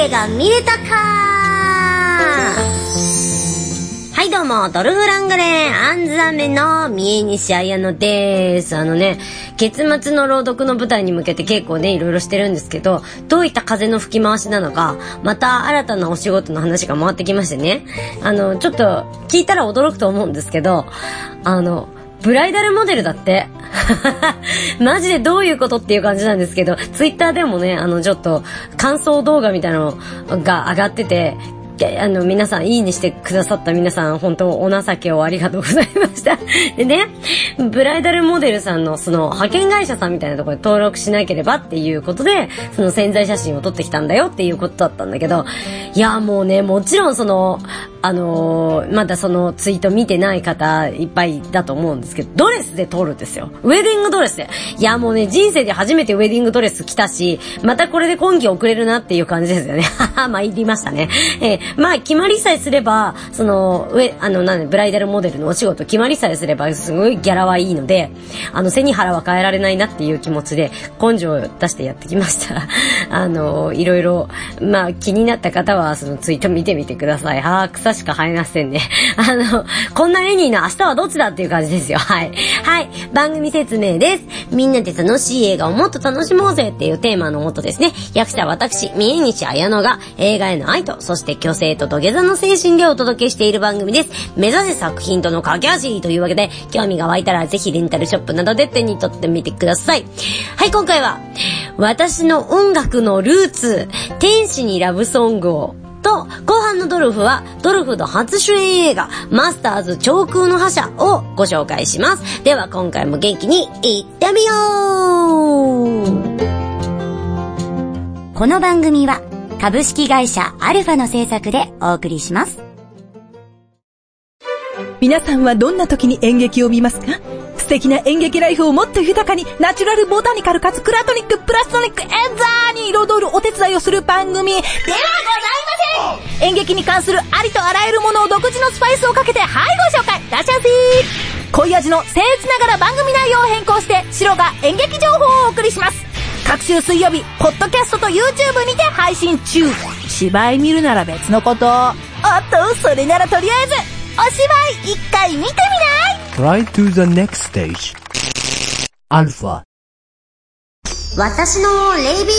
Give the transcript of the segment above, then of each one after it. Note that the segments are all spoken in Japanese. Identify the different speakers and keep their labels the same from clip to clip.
Speaker 1: 映画見れたか。はいどうも、ドルフラングレーアンザメの三重西彩乃です。月末の朗読の舞台に向けて結構ね、いろいろしてるんですけど、どういった風の吹き回しなのか、また新たなお仕事の話が回ってきましてね。ちょっと聞いたら驚くと思うんですけど、ブライダルモデルだって。マジでどういうことっていう感じなんですけど、ツイッターでもね、ちょっと感想動画みたいなのが上がってて、皆さんいいにしてくださった皆さん本当お情けをありがとうございました。でね、ブライダルモデルさんのその派遣会社さんみたいなところで登録しなければっていうことで、その宣材写真を撮ってきたんだよっていうことだったんだけど、いやもうね、もちろんそのまだそのツイート見てない方いっぱいだと思うんですけど、ドレスで撮るんですよ。ウェディングドレスで。いやもうね、人生で初めてウェディングドレス着たし、またこれで今季遅れるなっていう感じですよね。参りましたね。まあ決まりさえすれば、そのブライダルモデルのお仕事決まりさえすればすごいギャラはいいので、背に腹は変えられないなっていう気持ちで根性を出してやってきました。いろいろまあ気になった方はそのツイート見てみてください。草しか生えませんね。こんな絵に明日はどっちだっていう感じですよ。はい。はい。番組説明です。みんなで楽しい映画をもっと楽しもうぜっていうテーマのもとですね、役者私、三重西彩乃が映画への愛と、そして虚勢と土下座の精神でお届けしている番組です。目指せ作品との架け橋というわけで、興味が湧いたらぜひレンタルショップなどで手に取ってみてください。はい、今回は、私の音楽のルーツ、天使にラブソングを、と、後半のドルフは、ドルフの初主演映画、マスターズ長空の覇者をご紹介します。では今回も元気にいってみよう。
Speaker 2: この番組は、株式会社アルファの制作でお送りします。
Speaker 3: 皆さんはどんな時に演劇を見ますか？素敵な演劇ライフをもっと豊かに、ナチュラルボタニカルかつクラトニックプラストニックエンザーに彩るお手伝いをする番組ではございません。演劇に関するありとあらゆるものを独自のスパイスをかけてご紹介。らっしゃいませ。濃い味の僭越ながら番組内容を変更して白が演劇情報をお送りします。各週水曜日、ポッドキャストと YouTube にて配信中。芝居見るなら別のこと。それならとりあえずお芝居一回見てみない？
Speaker 4: Try to the next stage. Alpha。
Speaker 1: 私のレビュ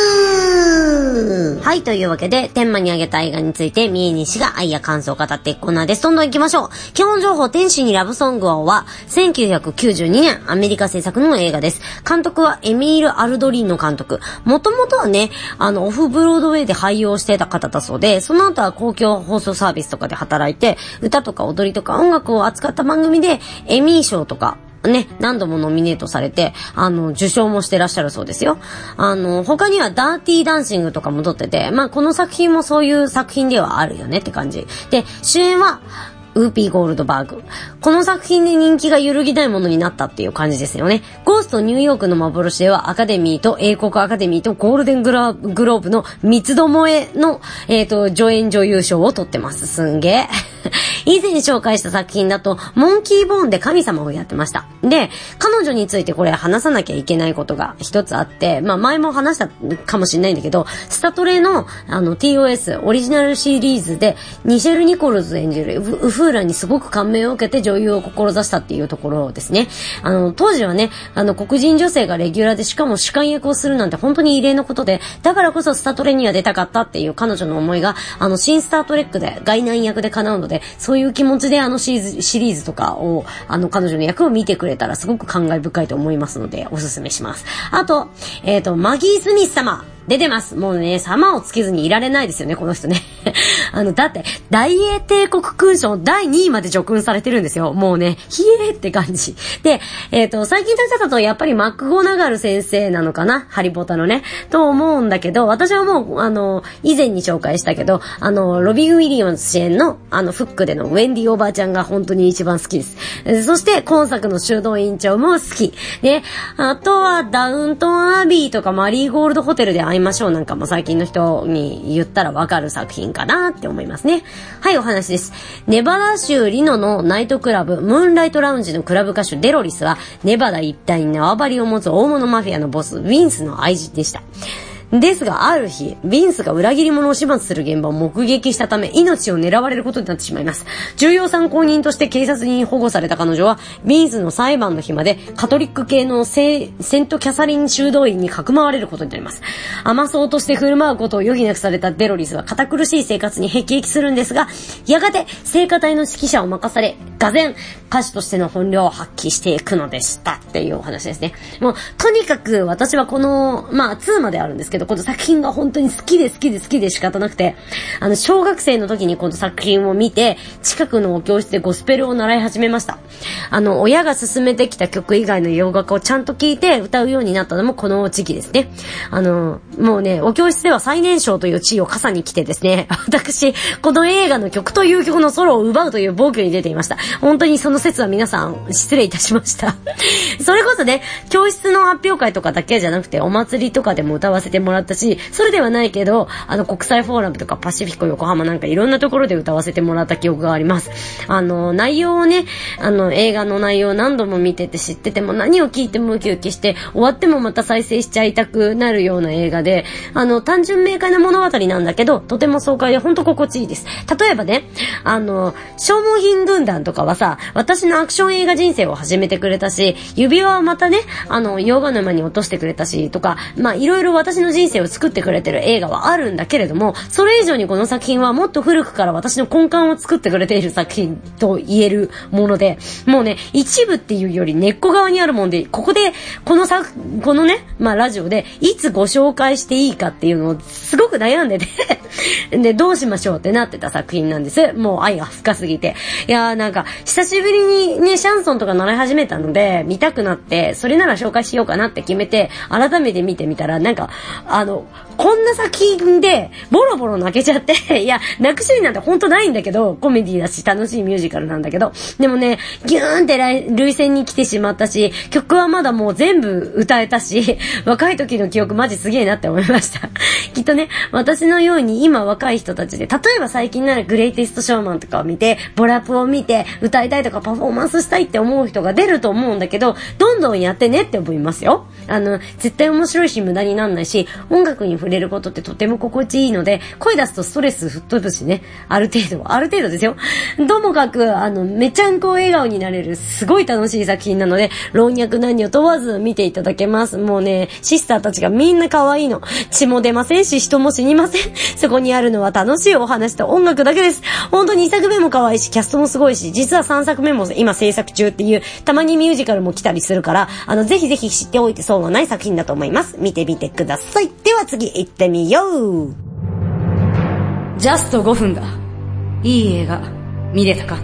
Speaker 1: ー。はい、というわけで、天馬にあげた映画について、三重西が愛や感想を語っていくコーナーです。どんどん行きましょう。基本情報、天使にラブソングをは、1992年、アメリカ制作の映画です。監督はエミール・アルドリーノ監督。もともとはね、オフブロードウェイで俳優をしてた方だそうで、その後は公共放送サービスとかで働いて、歌とか踊りとか音楽を扱った番組で、エミー賞とか、ね、何度もノミネートされて、受賞もしてらっしゃるそうですよ。他にはダーティーダンシングとかも撮ってて、まあ、この作品もそういう作品ではあるよねって感じ。で、主演は、ウーピーゴールドバーグ。この作品で人気が揺るぎないものになったっていう感じですよね。ゴーストニューヨークの幻ではアカデミーと英国アカデミーとゴールデングローブの三つどもえの、助演女優賞を取ってます。すんげえ。以前紹介した作品だと、モンキーボーンで神様をやってました。で、彼女についてこれ話さなきゃいけないことが一つあって、まあ前も話したかもしれないんだけど、スタトレのTOS オリジナルシリーズで、ニシェル・ニコルズ演じるウフーラにすごく感銘を受けて女優を志したっていうところですね。当時はね、黒人女性がレギュラーでしかも主管役をするなんて本当に異例のことで、だからこそスタトレには出たかったっていう彼女の思いが、新スタートレックでガイナン役で叶うので、そういう気持ちでシリーズとかを、彼女の役を見てくれたらすごく感慨深いと思いますので、おすすめします。あと、マギー・スミス様。出てます。もうね、様をつけずにいられないですよね、この人ね。だって、大英帝国勲章第2位まで叙勲されてるんですよ。もうね、ひえーって感じ。で、最近の人だとやっぱりマクゴナガル先生なのかな、ハリポタのね、と思うんだけど、私はもう、以前に紹介したけど、ロビン・ウィリアムズ主演の、フックでのウェンディおばあちゃんが本当に一番好きです。そして、今作の修道院長も好き。で、あとは、ダウントンアビーとかマリーゴールドホテルで会いましょうなんかも最近の人に言ったらわかる作品かなって思いますね。はい、お話です。ネバダ州リノのナイトクラブ、ムーンライトラウンジのクラブ歌手デロリスは、ネバダ一帯に縄張りを持つ大物マフィアのボス、ウィンスの愛人でした。 ですが、ある日、ビンスが裏切り者を始末する現場を目撃したため、命を狙われることになってしまいます。重要参考人として警察に保護された彼女は、ビンスの裁判の日までカトリック系のセントキャサリン修道院にかくまわれることになります。甘そうとして振る舞うことを余儀なくされたデロリスは堅苦しい生活に辟易するんですが、やがて聖歌隊の指揮者を任され、俄然歌手としての本領を発揮していくのでしたっていうお話ですね。もうとにかく私はこの2まであるんですけど、この作品が本当に好きで仕方なくて、小学生の時にこの作品を見て、近くのお教室でゴスペルを習い始めました。親が勧めてきた曲以外の洋楽をちゃんと聴いて歌うようになったのもこの時期ですね。もうね、お教室では最年少という地位を傘に来てですね、私この映画の曲という曲のソロを奪うという暴挙に出ていました。本当にその説は皆さん失礼いたしました。それこそね、教室の発表会とかだけじゃなくてお祭りとかでも歌わせてもらったし、それではないけど国際フォーラムとかパシフィコ横浜なんかいろんなところで歌わせてもらった記憶があります。内容をね、映画の内容を何度も見てて知ってても何を聞いてもウキウキして終わってもまた再生しちゃいたくなるような映画で、単純明快な物語なんだけどとても爽快で本当心地いいです。例えばね、消耗品軍団とかはさ、私のアクション映画人生を始めてくれたし、指輪をまたね、洋画沼に落としてくれたしとか、いろいろ私の人生を作ってくれてる映画はあるんだけれども、それ以上にこの作品はもっと古くから私の根幹を作ってくれている作品と言えるもので、もうね、一部っていうより根っこ側にあるもんで、ここでこのね、ラジオでいつご紹介していいかっていうのをすごく悩んでてで、どうしましょうってなってた作品なんです。もう愛が深すぎて。いやー、なんか久しぶりにね、シャンソンとか習い始めたので見たくなって、それなら紹介しようかなって決めて改めて見てみたら、なんかこんな作品でボロボロ泣けちゃっていや、泣くシーンなんて本当ないんだけど、コメディだし楽しいミュージカルなんだけど、でもね、ギューンって涙腺に来てしまったし、曲はまだもう全部歌えたし、若い時の記憶マジすげえなって思いましたきっとね、私のように今若い人たちで、例えば最近ならグレイテストショーマンとかを見て、ボラプを見て歌いたいとかパフォーマンスしたいって思う人が出ると思うんだけど、どんどんやってねって思いますよ。絶対面白いし無駄になんないし、音楽に触れることってとても心地いいので、声出すとストレス吹っ飛ぶしね、ある程度ですよ。ともかくめちゃんこ笑顔になれるすごい楽しい作品なので、老若男女問わず見ていただけます。もうね、シスターたちがみんな可愛いの。血も出ませんし人も死にません。そこにあるのは楽しいお話と音楽だけです。本当に2作目も可愛いし、キャストもすごいし、実は3作目も今制作中っていう、たまにミュージカルも来たりするから、ぜひぜひ知っておいて損はない作品だと思います。見てみてください。では次行ってみよう。ジャスト5分だ。いい映画見れたか？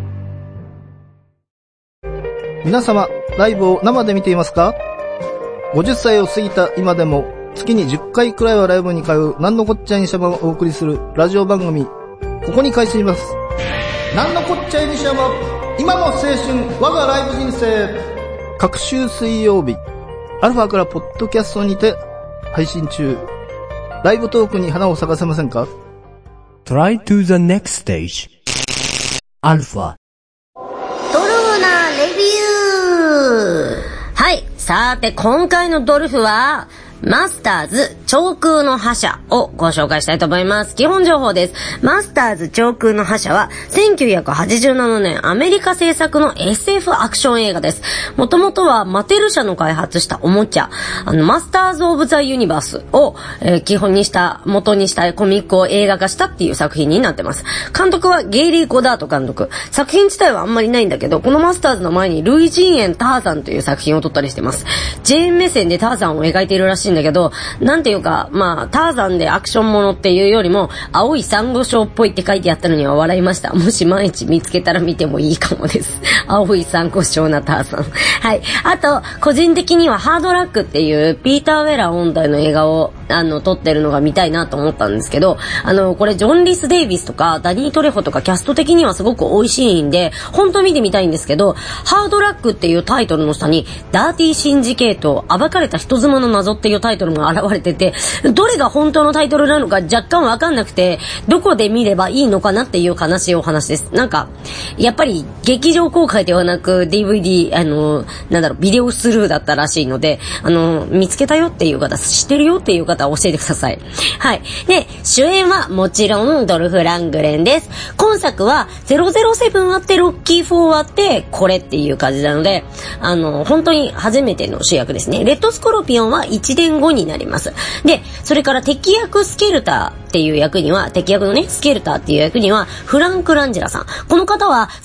Speaker 5: 皆様、ライブを生で見ていますか？ 50 歳を過ぎた今でも月に10回くらいはライブに通うなんのこっちゃいにしゃばをお送りするラジオ番組、ここに開始します。なんのこっちゃいにしゃば、今の青春我がライブ人生。各週水曜日、アルファからポッドキャストにて配信中。ライブトークに花を咲かせませんか？
Speaker 4: Try to the next stage. アルファ
Speaker 1: ドルフなレビュー。はい、さて今回のドルフはマスターズ長空の覇者をご紹介したいと思います。基本情報です。マスターズ長空の覇者は1987年アメリカ製作の SF アクション映画です。もともとはマテル社の開発したおもちゃ、マスターズ・オブ・ザ・ユニバースを、元にしたコミックを映画化したっていう作品になってます。監督はゲイリー・ゴダート監督。作品自体はあんまりないんだけど、このマスターズの前にルイ・ジーエン・ターザンという作品を撮ったりしてます。ジェーン目線でターザンを描いているらしいんだけど、なんていうか、ターザンでアクションものっていうよりも青いサンゴ礁っぽいって書いてあったのには笑いました。もし万一見つけたら見てもいいかもです。青いサンゴ礁なターザン。はい。あと個人的にはハードラックっていうピーター・ウェラー音大の映画を撮ってるのが見たいなと思ったんですけど、これジョン・リス・デイビスとかダニー・トレホとかキャスト的にはすごく美味しいんで本当見てみたいんですけど、ハードラックっていうタイトルの下にダーティーシンジケート暴かれた人妻の謎っていうタイトルが現れてて、どれが本当のタイトルなのか若干わかんなくて、どこで見ればいいのかなっていう悲しいお話です。なんか、やっぱり劇場公開ではなく DVD、ビデオスルーだったらしいので、見つけたよっていう方、知ってるよっていう方は教えてください。はい。で、主演はもちろんドルフ・ラングレンです。今作は007あってロッキー4あってこれっていう感じなので、本当に初めての主役ですね。レッドスコロピオンは1年後になります。で、それから敵役スケルターっていう役には、敵役のね、スケルターっていう役にはフランク・ランジェラさん。この方は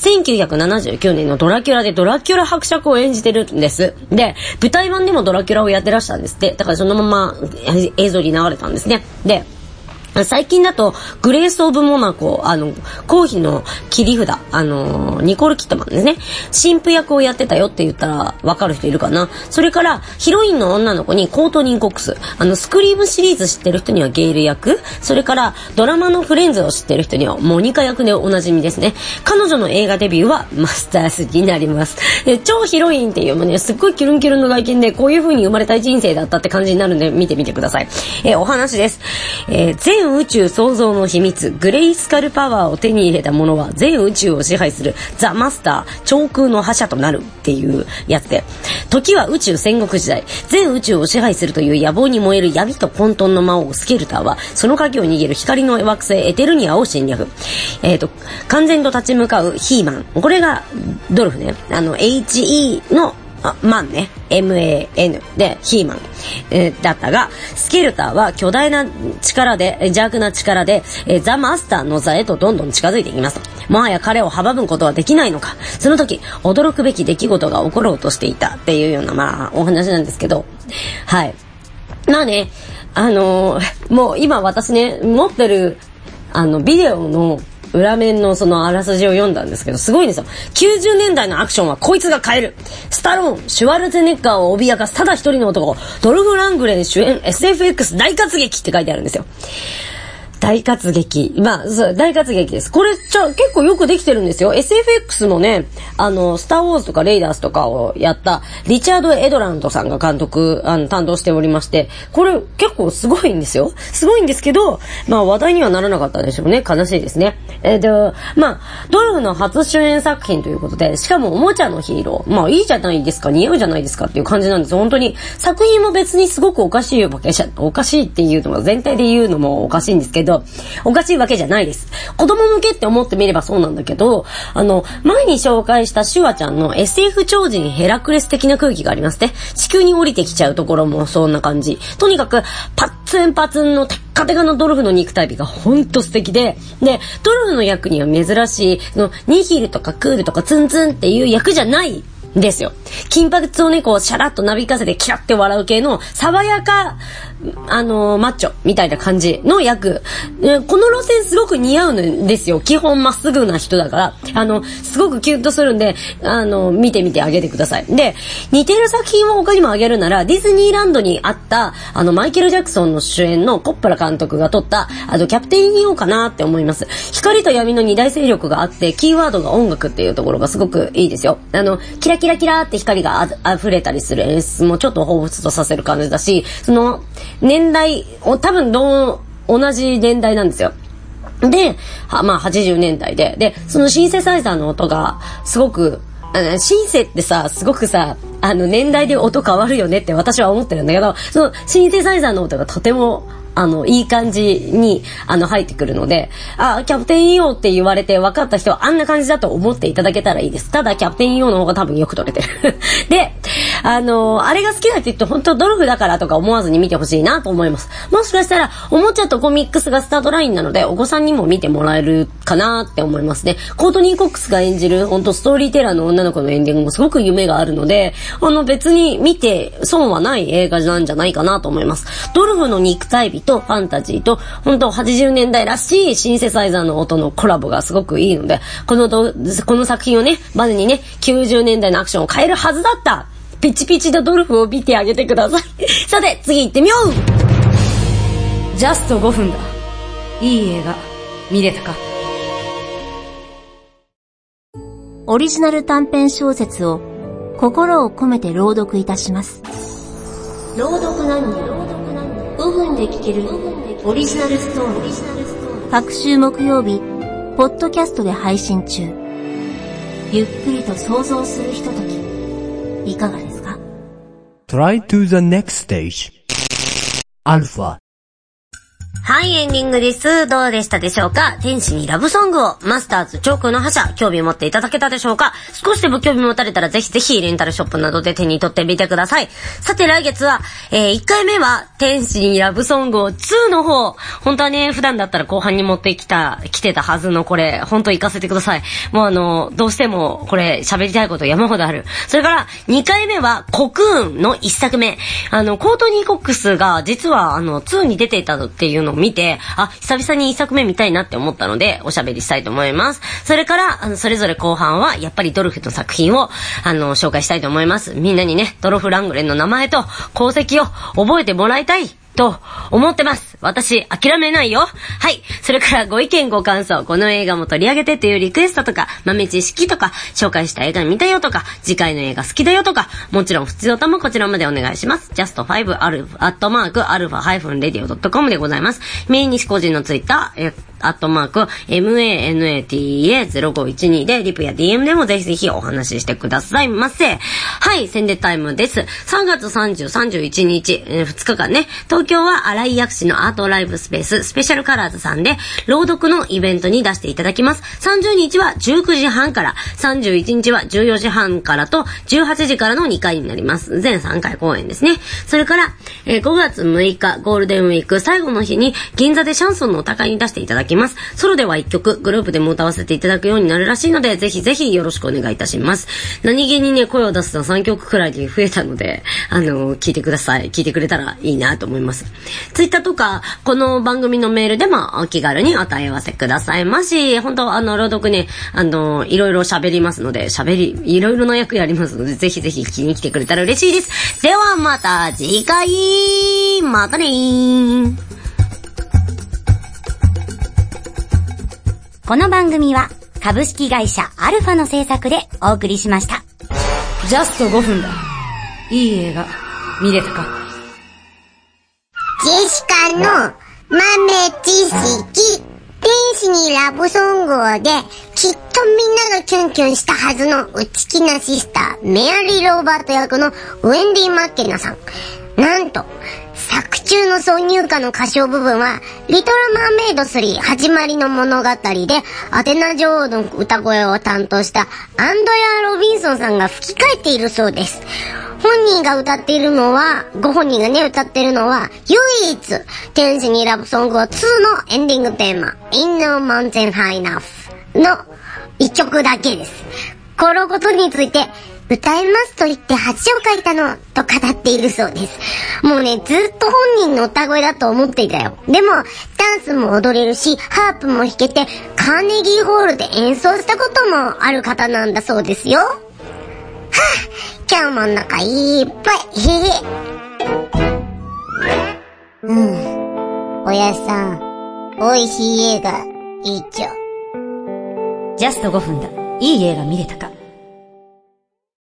Speaker 1: 1979年のドラキュラでドラキュラ伯爵を演じてるんです。で、舞台版でもドラキュラをやってらしたんですって。だからそのまま映像に流れたんですね。で、最近だとグレース・オブ・モナコ、皇妃の切り札、ニコール・キットマンですね、神父役をやってたよって言ったら分かる人いるかな。それからヒロインの女の子にコートニー・コックス、スクリームシリーズ知ってる人にはゲイル役、それからドラマのフレンズを知ってる人にはモニカ役でおなじみですね。彼女の映画デビューはマスターズになります。超ヒロインっていうね、すっごいキュルンキュルンの外見で、こういう風に生まれたい人生だったって感じになるんで見てみてください。お話です。全宇宙創造の秘密、グレイスカルパワーを手に入れた者は全宇宙を支配するザ・マスター、長空の覇者となるっていうやつで、時は宇宙戦国時代、全宇宙を支配するという野望に燃える闇と混沌の魔王スケルターは、その鍵を握る光の惑星エテルニアを侵略。完全と立ち向かうヒーマン、これがドルフね、HE のマンね、MAN でヒーマン、だったが、スケルターは巨大な力で、邪悪な力で、ザ・マスターの座へとどんどん近づいていきますと。もはや彼を阻むことはできないのか。その時、驚くべき出来事が起ころうとしていたっていうような、お話なんですけど、はい。まあね、もう今私ね、持ってる、ビデオの、裏面のそのあらすじを読んだんですけど、すごいんですよ。90年代のアクションはこいつが変える。スタローン、シュワルツェネッガーを脅かすただ一人の男、ドルフ・ラングレン主演 SFX 大活劇って書いてあるんですよ。大活劇。まあ、そう、大活劇です。これ、結構よくできてるんですよ。SFX もね、スター・ウォーズとかレイダースとかをやった、リチャード・エドランドさんが監督、担当しておりまして、これ結構すごいんですよ。すごいんですけど、まあ話題にはならなかったでしょうね。悲しいですね。まあ、ドルフの初主演作品ということで、しかもおもちゃのヒーロー。まあいいじゃないですか、似合うじゃないですかっていう感じなんですよ。本当に、作品も別にすごくおかしいっていうのは全体で言うのもおかしいんですけど、おかしいわけじゃないです。子供向けって思ってみればそうなんだけど、前に紹介したシュワちゃんの SF 超人ヘラクレス的な空気がありますね。地球に降りてきちゃうところもそんな感じ。とにかく、パッツンパツンのテッカテカのドルフの肉体美がほんと素敵で、で、ドルフの役には珍しい、ニヒルとかクールとかツンツンっていう役じゃないですよ。金髪をね、こう、シャラッとなびかせてキラッて笑う系の、爽やか、マッチョみたいな感じの役。この路線すごく似合うんですよ。基本まっすぐな人だから。すごくキュンとするんで、見てみてあげてください。で、似てる作品を他にもあげるなら、ディズニーランドにあった、マイケル・ジャクソンの主演のコッポラ監督が撮った、キャプテン EO かなって思います。光と闇の二大勢力があって、キーワードが音楽っていうところがすごくいいですよ。キラキラキラって光が溢れたりする演出もちょっと彷彿とさせる感じだし、その、年代、多分同じ年代なんですよ。で、まあ80年代で。で、そのシンセサイザーの音がすごく、シンセってさ、すごくさ、年代で音変わるよねって私は思ってるんだけど、そのシンセサイザーの音がとても、いい感じに、入ってくるので、キャプテン EO って言われて分かった人はあんな感じだと思っていただけたらいいです。ただ、キャプテン EO の方が多分よく撮れてる。で、あれが好きだって言って本当ドルフだからとか思わずに見てほしいなと思います。もしかしたら、おもちゃとコミックスがスタートラインなので、お子さんにも見てもらえるかなって思いますね。コートニー・コックスが演じる、本当ストーリーテラーの女の子のエンディングもすごく夢があるので、別に見て損はない映画なんじゃないかなと思います。ドルフの肉体美とファンタジーと、本当80年代らしいシンセサイザーの音のコラボがすごくいいので、この作品をね、バネにね、90年代のアクションを変えるはずだったピチピチのドルフを見てあげてください。さて、次行ってみよう。
Speaker 3: ジャスト5分だ。いい映画、見れたか？
Speaker 2: オリジナル短編小説を心を込めて朗読いたします。朗読何人？
Speaker 1: 5分で聞けるオリジナルストーリー。
Speaker 2: 各週木曜日、ポッドキャストで配信中。ゆっくりと想像するひととき、いかがですか？
Speaker 4: Try to the next stage. Alpha.
Speaker 1: はい、エンディングです。どうでしたでしょうか？天使にラブソングをマスターズチョークの覇者、興味持っていただけたでしょうか？少しでも興味持たれたらぜひぜひレンタルショップなどで手に取ってみてください。さて来月は、1回目は天使にラブソングを2の方、本当はね、普段だったら後半に持って来てたはずのこれ、本当行かせてください。もうどうしてもこれ喋りたいこと山ほどある。それから2回目はコクーンの1作目。コートニー・コックスが実は2に出ていたっていうのを見て、久々に1作目見たいなって思ったのでおしゃべりしたいと思います。それからそれぞれ後半はやっぱりドルフの作品を紹介したいと思います。みんなにね、ドルフ・ラングレンの名前と功績を覚えてもらいたいと思ってます。私諦めないよ。はい。それからご意見ご感想、この映画も取り上げてというリクエストとか、豆知識とか、紹介した映画見たよとか、次回の映画好きだよとか、もちろん普通歌もこちらまでお願いします。just5@radio.com でございます。名西個人のツイッター、@MANATA0512 でリプや DM でもぜひぜひお話ししてくださいませ。はい、宣伝タイムです。3月30、31日、2日間ね、東京は新井薬師のアートライブスペーススペシャルカラーズさんで朗読のイベントに出していただきます。30日は19時半から、31日は14時半からと18時からの2回になります。全3回公演ですね。それから、5月6日ゴールデンウィーク最後の日に銀座でシャンソンのお高いに出していただきます。ソロでは1曲、グループでも歌わせていただくようになるらしいので、ぜひぜひよろしくお願いいたします。何気にね、声を出すの3曲くらいに増えたので、聞いてください。聞いてくれたらいいなと思います。ツイッターとか、この番組のメールでもお気軽にお問い合わせくださいまし、本当朗読ね、いろいろ喋りますので、いろいろな役やりますので、ぜひぜひ聞きに来てくれたら嬉しいです。ではまた次回、またねー。
Speaker 2: この番組は株式会社アルファの制作でお送りしました。
Speaker 1: ジャスト5分だ。いい映画見れたか？
Speaker 6: ジェシカの豆知識、天使にラブソングをで、きっとみんながキュンキュンしたはずの内気なシスター、メアリー・ローバート役のウェンディ・マッケナさん。なんと、作中の挿入歌の歌唱部分は、リトル・マーメイド3始まりの物語で、アテナ女王の歌声を担当したアンドレア・ロビンソンさんが吹き替えているそうです。ご本人が歌ってるのは、唯一、天使にラブソングを2のエンディングテーマ、In No Mountain High Enough の1曲だけです。このことについて、歌えますと言って恥をかいたのと語っているそうです。もうね、ずっと本人の歌声だと思っていたよ。でも、ダンスも踊れるし、ハープも弾けて、カーネギーホールで演奏したこともある方なんだそうですよ。はぁ、今日もお腹いっぱい。おやさん、美味しい映画、いいっちょ。
Speaker 2: ジャスト5分だ。いい映画見れたか？